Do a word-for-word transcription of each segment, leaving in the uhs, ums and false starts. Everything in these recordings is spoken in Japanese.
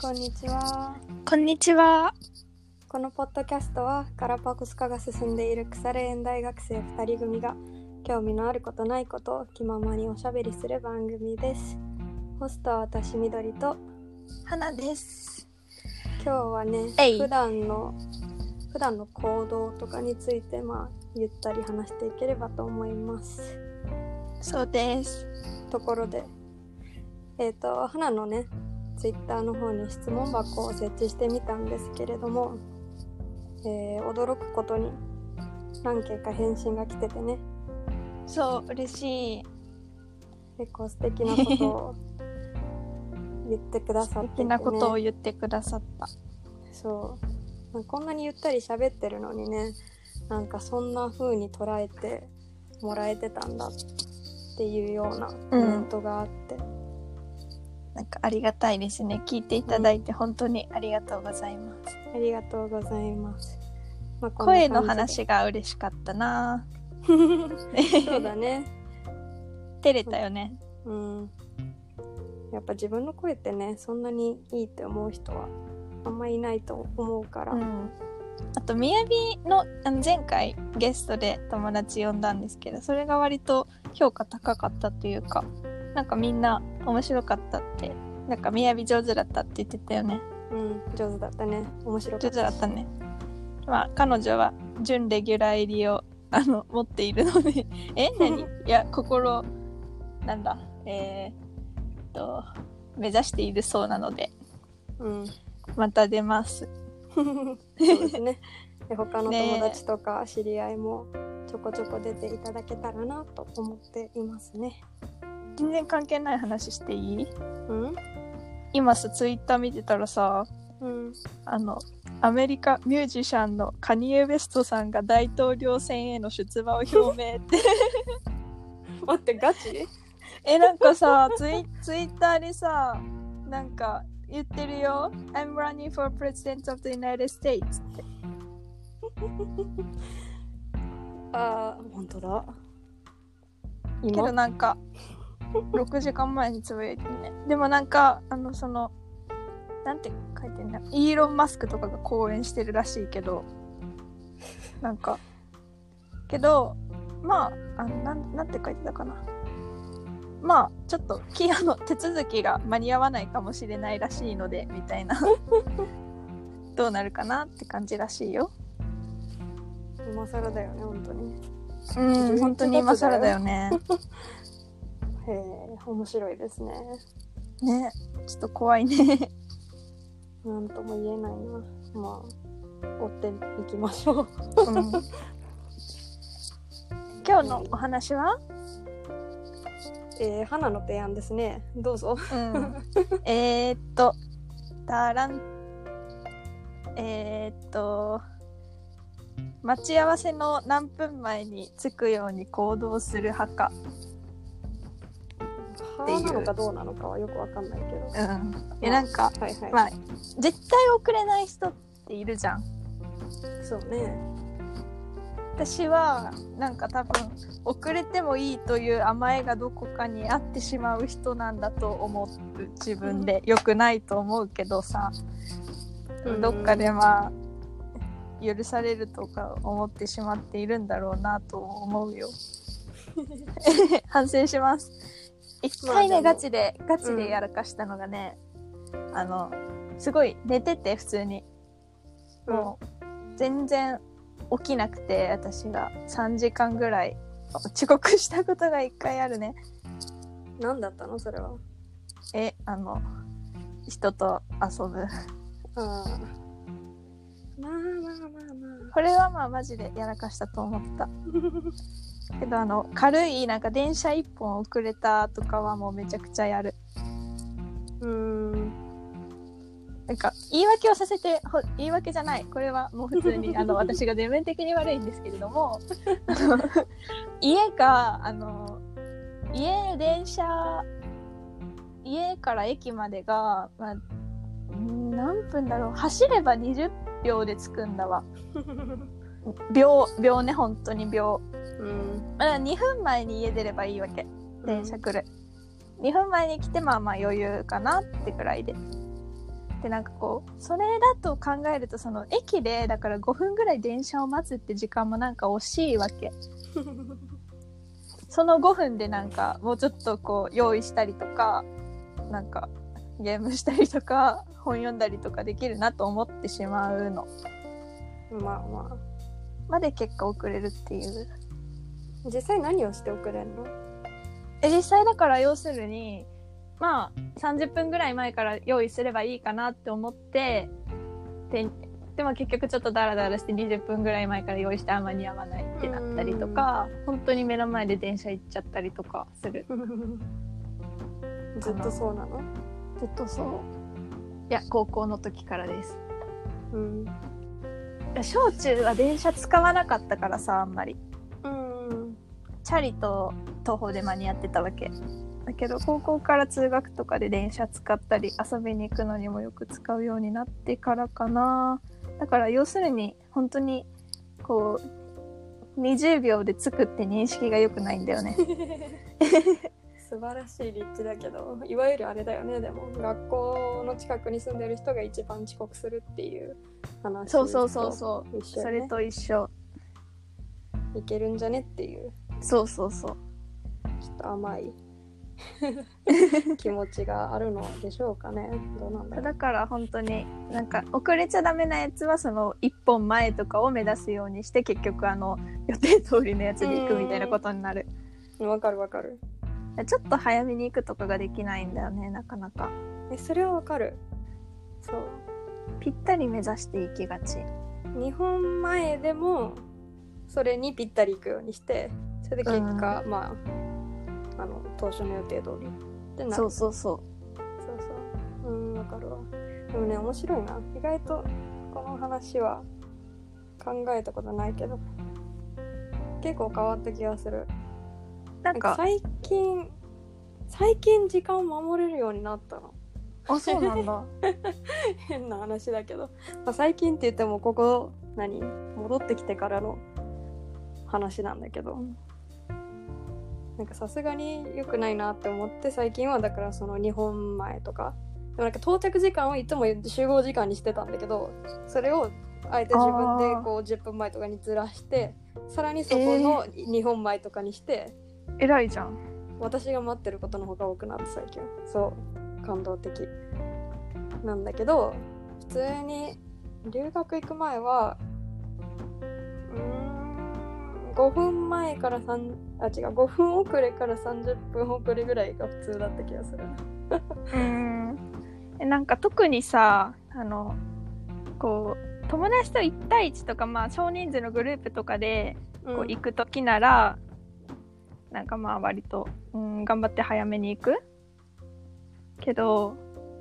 こんにちは。 こんにちは。 このポッドキャストはガラパゴス化が進んでいる腐れ縁大学生ふたり組が興味のあることないことを気ままにおしゃべりする番組です。ホストは私みどりと花です。 今日はね、普段の普段の行動とかについてまあゆったり話していければと思います。 そうです。 ところでえっと花のねツイッターの方に質問箱を設置してみたんですけれども、えー、驚くことに何件か返信が来ててね。 そう嬉しい。 結構素敵なことを言ってくださってて、ね、素敵なことを言ってくださった。 そうこんなにゆったり喋ってるのにね、なんかそんな風に捉えてもらえてたんだっていうようなコメントがあって、うんなんかありがたいですね。聞いていただいて本当にありがとうございます。 うん、ありがとうございます。まあ、こんな声の話が嬉しかったな。 そうだね。 照れたよね。 うん。やっぱ自分の声ってね、そんなにいいって思う人はあんまいないと思うから。うん、 あとみやびの、あの前回ゲストで友達呼んだんですけど、それが割と評価高かったというか。なんかみんな面白かったってなんかみやび上手だったって言ってたよね。 うん上手だったね。面白かった。 上手だったね。まあ彼女は準レギュラー入りをあの持っているのでえ何いや心なんだえー、っと目指しているそうなので、うん、また出ます。 そうですね。で他の友達とか知り合いもちょこちょこ出ていただけたらなと思っていますね。 全然関係ない話していい？ うん？ 今さツイッター見てたらさ、うん、あのアメリカミュージシャンのカニエ・ウェストさんが大統領選への出馬を表明って待ってガチ？ えなんかさツイ、ツイッターでさなんか言ってるよ I'm running for president of the United States ってあー本当だ。 けどなんかろくじかんまえにつぶやいてね。でもなんかあのそのなんて書いてんだイーロン・マスクとかが講演してるらしいけどなんかけどまあ、 あの な, んなんて書いてたかなまあちょっとキアの手続きが間に合わないかもしれないらしいのでみたいなどうなるかなって感じらしいよ。 今更だよね本当に。 うん本当に今更だよね。 へえ面白いですね。 ねちょっと怖いね。 なんとも言えないな。まあ追っていきましょう、うん、 今日のお話は、 えー、花の提案ですね。どうぞ、うん、 えーっとだらんえーっと待ち合わせの何分前に着くように行動する派か派なのかどうなのかはよくわかんないけど、うん、 えなんか、はいはいまあ、絶対遅れない人っているじゃん。 そうね。 私はなんか多分遅れてもいいという甘えがどこかにあってしまう人なんだと思う自分で、良くないと思うけどさ、うん、どっかでまあ許されるとか思ってしまっているんだろうなと思うよ。反省します。一回ね、まあ、ガチでガチでやらかしたのがね、うん、あのすごい寝てて普通にもう全然起きなくて私がさんじかんぐらい遅刻したことが一回あるね。 何だったのそれは？ えあの人と遊ぶ。ああまあまあまあまあこれはまあマジでやらかしたと思ったけどあの軽いなんか電車一本遅れたとかはもうめちゃくちゃやる。うーんなんか言い訳をさせてほ言い訳じゃないこれはもう普通にあの私が全面的に悪いんですけれども家があの家電車家から駅までが、まあ、何分だろう走ればにじゅっぴょうで着くんだわ秒秒ね本当に秒、うん、だからにふんまえに家出ればいいわけ電車来る、うん、にふんまえに来てまあまあ余裕かなってくらいででなんかこうそれだと考えるとその駅でだからごふんぐらい電車を待つって時間もなんか惜しいわけそのごふんでなんかもうちょっとこう用意したりとかなんかゲームしたりとか本読んだりとかできるなと思ってしまうの。 まあまあまで結果遅れるっていう。 実際何をして遅れるの？ え実際だから要するにまあさんじゅっぷんぐらい前から用意すればいいかなって思ってで、でも結局ちょっとダラダラしてにじゅっぷんぐらい前から用意してあんま似合わないってなったりとか、本当に目の前で電車行っちゃったりとかするずっとそうなの？ ずっとそう。いや高校の時からです。 うん。 小中は電車使わなかったからさあんまり。 うん。 チャリと徒歩で間に合ってたわけ。だけど高校から通学とかで電車使ったり遊びに行くのにもよく使うようになってからかな。だから要するに本当にこうにじゅうびょうで着くって認識が良くないんだよね素晴らしい立地だけど、いわゆるあれだよね。でも学校の近くに住んでる人が一番遅刻するっていう話。 そうそうそうそう、ね、それと一緒。 いけるんじゃねっていう。 そうそうそう。 ちょっと甘い気持ちがあるのでしょうかね。どうなんだろう。 だから本当になんか遅れちゃダメなやつはそのいっぽんまえとかを目指すようにして結局あの予定通りのやつで行くみたいなことになる。 わかるわかる。 ちょっと早めに行くとかができないんだよねなかなか。 えそれはわかる。そうぴったり目指していきがち。 にほんまえでもそれにぴったり行くようにしてそれで結果、うん、まああの当初の予定通りってなる。 そうそうそうそうそう。うんわかるわ。でもね面白いな。意外とこの話は考えたことないけど結構変わった気がする。なんか最近最近時間を守れるようになったの。 あそうなんだ変な話だけど、まあ、最近って言ってもここ何戻ってきてからの話なんだけど、なんかさすがに良くないなって思って最近はだからそのにほんまえとかでもなんか到着時間をいつも集合時間にしてたんだけどそれをあえて自分でこうじゅっぷんまえとかにずらしてさらにそこのにほんまえとかにして、 えー、偉いじゃん。 私が待ってることの方が多くなって最近そう感動的なんだけど普通に留学行く前はうーんごふんまえからさんあ違うごふん遅れからさんじゅっぷん遅れぐらいが普通だった気がするうーんなんか特にさあのこう友達といちたいいちとかまあ少人数のグループとかでこう行くときなら、うん、なんかまあ割と、うん、頑張って早めに行くけど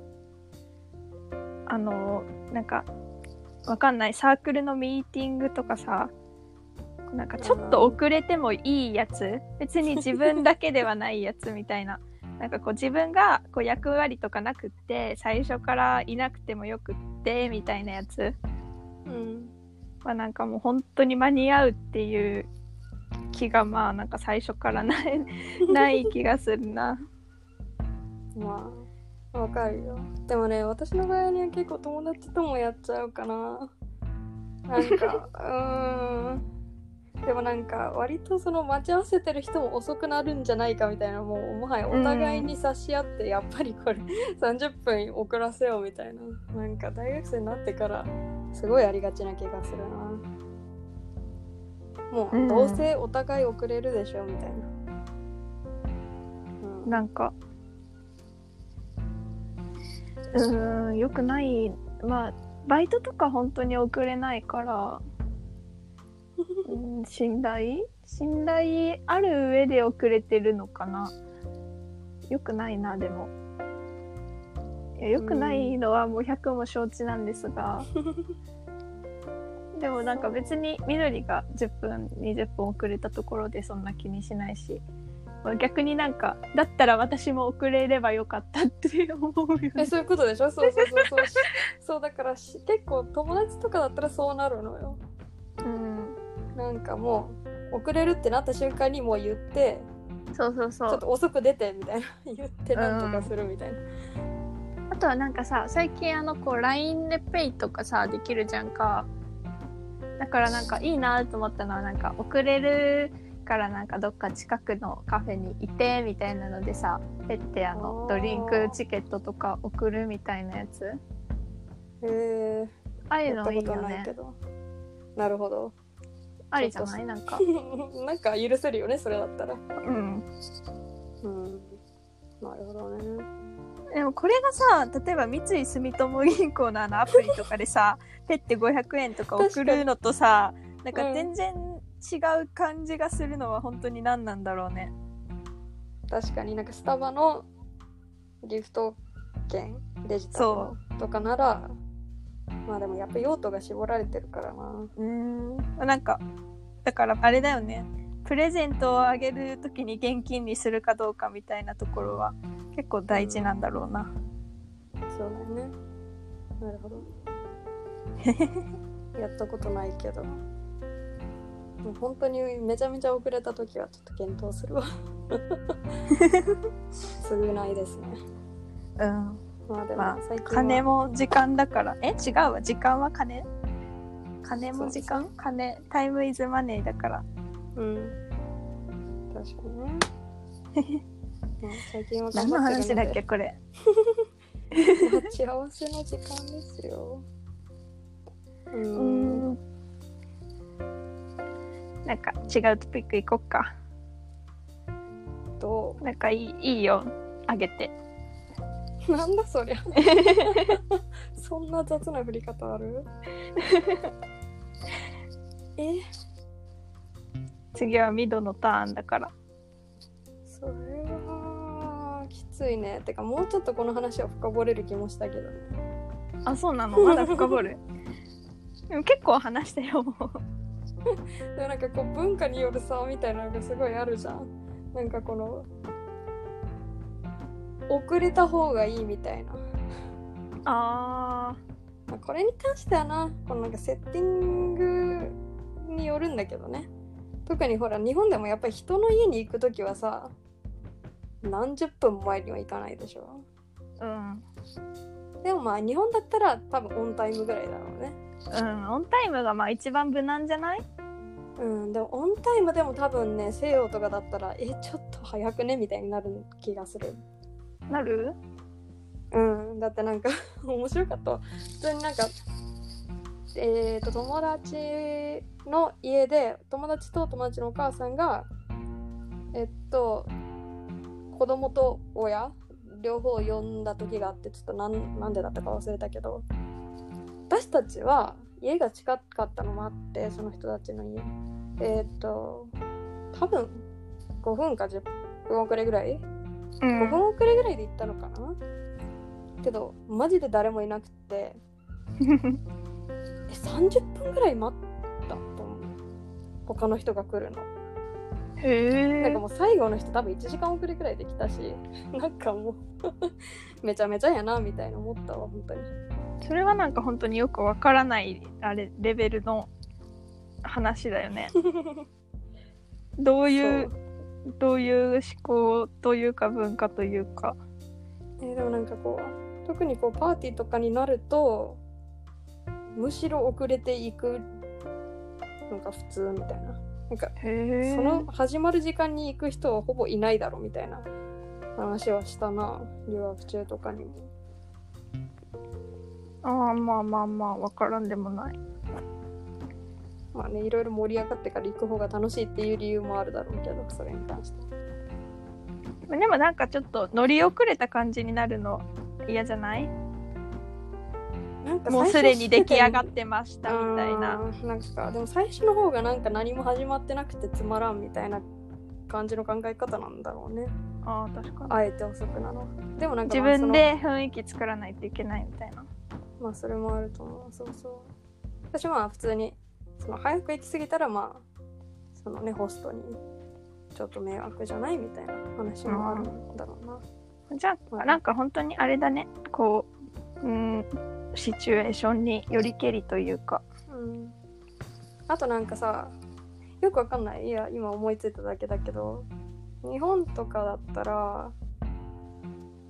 あのなんかわかんないサークルのミーティングとかさなんかちょっと遅れてもいいやつ別に自分だけではないやつみたいななんかこう自分がこう役割とかなくって最初からいなくてもよくってみたいなやつはなんかもう本当に間に合うっていう気がまあなんか最初からないない気がするな。 まあわかるよ。でもね私の場合には結構友達ともやっちゃうかな。なんかうーんでもなんか割とその待ち合わせてる人も遅くなるんじゃないかみたいなもうもはやお互いに差し合って、うん、やっぱりこれさんじゅっぷん遅らせようみたいななんか大学生になってからすごいありがちな気がするな。もうどうせお互い遅れるでしょみたいな、 うん、なんかうーんよくないまあバイトとか本当に遅れないからうん、信頼信頼ある上で遅れてるのかな。よくないなでもいやよくないのはもうひゃくも承知なんですがでもなんか別に緑がじゅっぷんにじゅっぷん遅れたところでそんな気にしないし逆になんかだったら私も遅れればよかったって思うよね。 えそういうことでしょ。そうそうそうそうそうだから結構友達とかだったらそうなるのよ。うんなんかもう遅れるってなった瞬間にもう言ってそうそうそうちょっと遅く出てみたいな言ってなんとかするみたいな、 うん、 あとはなんかさ、最近あのこう ライン でペイとかさできるじゃんか。だからなんかいいなと思ったのは、なんか送れるからなんかどっか近くのカフェにいてみたいなのでさ、ペッてあのドリンクチケットとか送るみたいなやつ。へえ。 ああいうのいいよね。 なるほど。 ありじゃない？なんかなんか許せるよね、それだったら。 うんうん。なるほどね。 でもこれがさ、例えば三井住友銀行のあのアプリとかでさペッてごひゃくえんとか送るのとさ、なんか全然違う感じがするのは本当に何なんだろうね。 確かになんかスタバのギフト券デジタルとかなら、まあでもやっぱ用途が絞られてるからな。 うーん、なんかだからあれだよね、プレゼントをあげるときに現金にするかどうかみたいなところは結構大事なんだろうな。 うん、そうだよね。なるほど。やったことないけど、もう本当にめちゃめちゃ遅れたときはちょっと検討するわ。すぐないですね。 うん。 まあでも最近は、 まあ、金も時間だから。え、違うわ。時間は金。金も時間、金、タイムイズマネーだから。 うん。確かにね。まあ、最近は何の話だっけこれ。 待ち合わせの時間ですよ。うーん。んなんか違うトピックいこっか。 どう？ なんかいい、いいよ。あげて。 なんだそりゃ。そんな雑な振り方ある？え？ 次はミドのターンだから。 それはきついね。てかもうちょっとこの話を深掘れる気もしたけどね。 あ、そうなの？まだ深掘る？でも結構話したよもう。 でもなんかこう文化による差みたいなのがすごいあるじゃん。なんかこの遅れた方がいいみたいな。 あー、これに関してはな、このなんかセッティングによるんだけどね。特にほら日本でもやっぱり人の家に行くときはさ、何十分前には行かないでしょ。 うん。 でもまあ日本だったら多分オンタイムぐらいだろうね。 うん、オンタイムがまあ一番無難じゃない？ うん、でもオンタイムでも多分ね、西洋とかだったらえちょっと早くねみたいになる気がする。 なる？ うん、だってなんか面白かった。普通になんかえーと友達の家で友達と友達のお母さんがえっと子供と親両方呼んだ時があって、ちょっとなん、なんでだったか忘れたけど、私たちは家が近かったのもあって、その人たちの家えっと多分ごふんかじゅっぷん遅れぐらい、うん、ごふん遅れぐらいで行ったのかな。けどマジで誰もいなくてえさんじゅっぷんぐらい待ったと思う、他の人が来るの。 へえ。 なんかもう最後の人多分いちじかん遅れぐらいで来たし、なんかもうめちゃめちゃやなみたいな思ったわ本当に。 それはなんか本当によくわからないあれレベルの話だよね。どういうどういう思考というか文化というか。 えー、でもなんかこう特にこうパーティーとかになるとむしろ遅れていくのが普通みたいな。なんかその始まる時間に行く人はほぼいないだろうみたいな話はしたな、留学中とかにも。 ああ、まあまあまあ分からんでもない。 まあね、いろいろ盛り上がってから行く方が楽しいっていう理由もあるだろうけど、それに関してでもなんかちょっと乗り遅れた感じになるの嫌じゃない？なんかもうすでに出来上がってましたみたいな。 なんかでも最初の方がなんか何も始まってなくてつまらんみたいな感じの考え方なんだろうね。 ああ、確かに。 あえて遅くなの。でもなんか自分で雰囲気作らないといけないみたいな。 まあそれもあると思う。そうそう。私は普通にその早く行き過ぎたらまあそのねホストにちょっと迷惑じゃないみたいな話もあるんだろうな。 うん、じゃあなんか本当にあれだね。こう、うん。シチュエーションによりけりというか、 うん、あとなんかさ、よくわかんない、いや今思いついただけだけど、日本とかだったら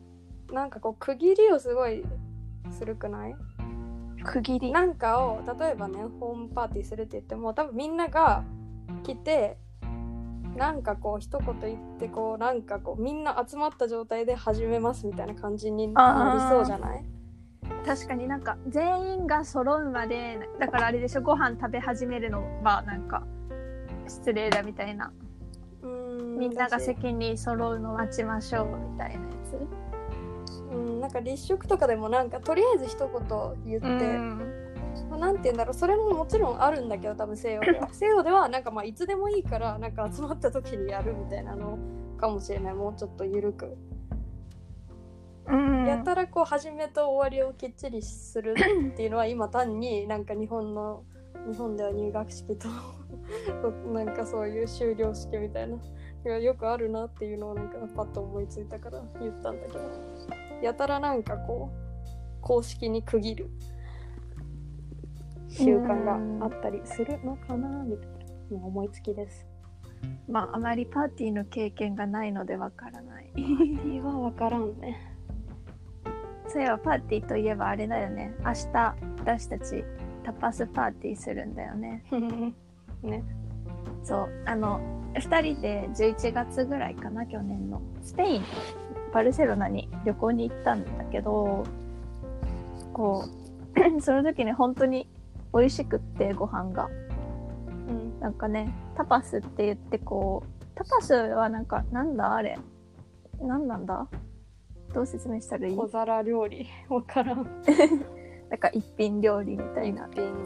なんかこう区切りをすごいするくない？ 区切りなんかを例えばねホームパーティーするって言っても多分みんなが来てなんかこう一言言ってこうなんかこうみんな集まった状態で始めますみたいな感じになりそうじゃない？ 確かになんか全員が揃うまでだからあれでしょ、ご飯食べ始めるのはなんか失礼だみたいな、うーんみんなが席に揃うの待ちましょうみたいなやつ。 うん、なんか立食とかでもなんかとりあえず一言言って、うんまあ、なんて言うんだろう、それももちろんあるんだけど多分西洋では西洋ではなんかまあいつでもいいからなんか集まった時にやるみたいなのかもしれない。もうちょっと緩く、うん、やったらこう始めと終わりをきっちりするっていうのは今単になんか日本の日本では入学式となんかそういう修了式みたいなよくあるなっていうのをなんかパッと思いついたから言ったんだけど、やたらなんかこう公式に区切る習慣があったりするのかなみたいな思いつきです。 まああまりパーティーの経験がないのでわからない。 パーティーはわからんね。 そういえばパーティーといえばあれだよね、明日私たちタパスパーティーするんだよね。 ね、 そうあのふたりでじゅういちがつぐらいかな、去年のスペインバルセロナに旅行に行ったんだけど、こうその時に本当に美味しくってご飯が、うん、なんかねタパスって言ってこうタパスはなんかなんだあれなんなんだどう説明したらいい？ 小皿料理わからんなんか一品料理みたいな。 一品、うん、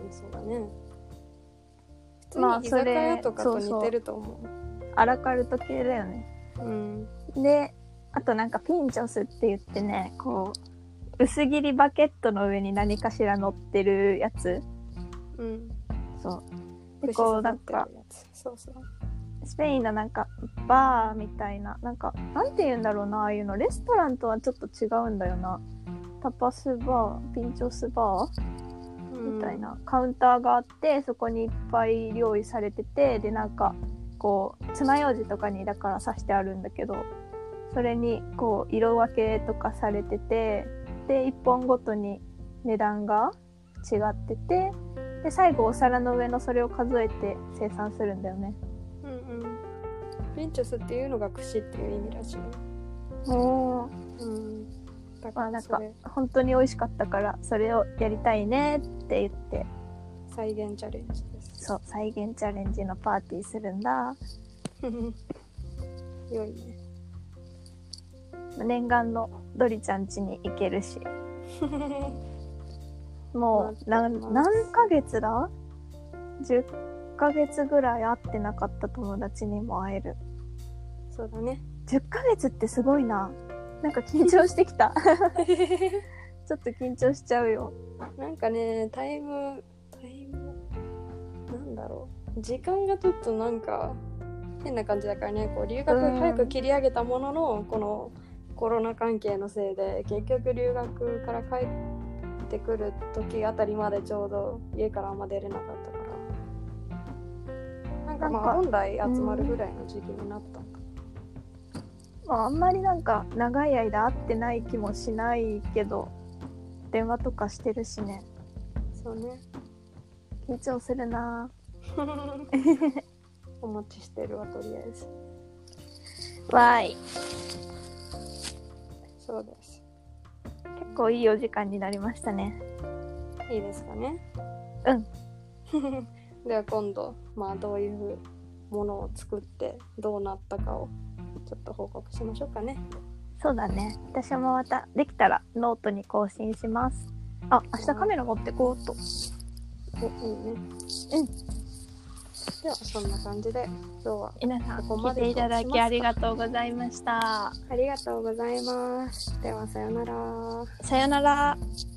そうだね。普通に居酒屋とかと似てると思う。 まあ、そうそうアラカルト系だよね。うん。で、あとなんかピンチョスって言ってね、こう薄切りバケットの上に何かしら乗ってるやつ。うん。そう。でこうなんかそうそう。スペインのなんかバーみたいな、なんかなんて言うんだろうな、ああいうのレストランとはちょっと違うんだよな。タパスバー、ピンチョスバー、うん、みたいなカウンターがあって、そこにいっぱい用意されてて、でなんかこう爪楊枝とかにだから刺してあるんだけど、それにこう色分けとかされてて、でいっぽんごとに値段が違ってて、で最後お皿の上のそれを数えて生産するんだよね。 うんうん。ピンチョスっていうのが串っていう意味らしい。 おー、うん。だからまあなんか本当に美味しかったからそれをやりたいねって言って再現チャレンジです。 そう、再現チャレンジのパーティーするんだ。 良いね。 念願のドリちゃん家に行けるしもう何ヶ月だ ?じゅっかげつぐらい会ってなかった友達にも会える。 そうだね。 じゅっかげつってすごいな。なんか緊張してきたちょっと緊張しちゃうよ。 なんかね、タイムタイムなんだろう、時間がちょっとなんか変な感じだからね。こう留学早く切り上げたものの、このコロナ関係のせいで結局留学から帰ってくる時あたりまでちょうど家からあんま出れなかったから、なんかまあ本来集まるぐらいの時期になったんだ。 まあ、あんまりなんか長い間会ってない気もしないけど、電話とかしてるしね。 そうね。 緊張するなお待ちしてるわ、とりあえず。 わーい。 そうです。 結構いいお時間になりましたね。 いいですかね。 うんでは今度、まあどういうものを作ってどうなったかをちょっと報告しましょうかね。 そうだね。私もまたできたらノートに更新します。あ、明日カメラ持ってこうと。 お、いいね。うん。ではそんな感じで今日は皆さんここまで聞いていただきありがとうございました。 ありがとうございます。ではさよなら。 さよなら。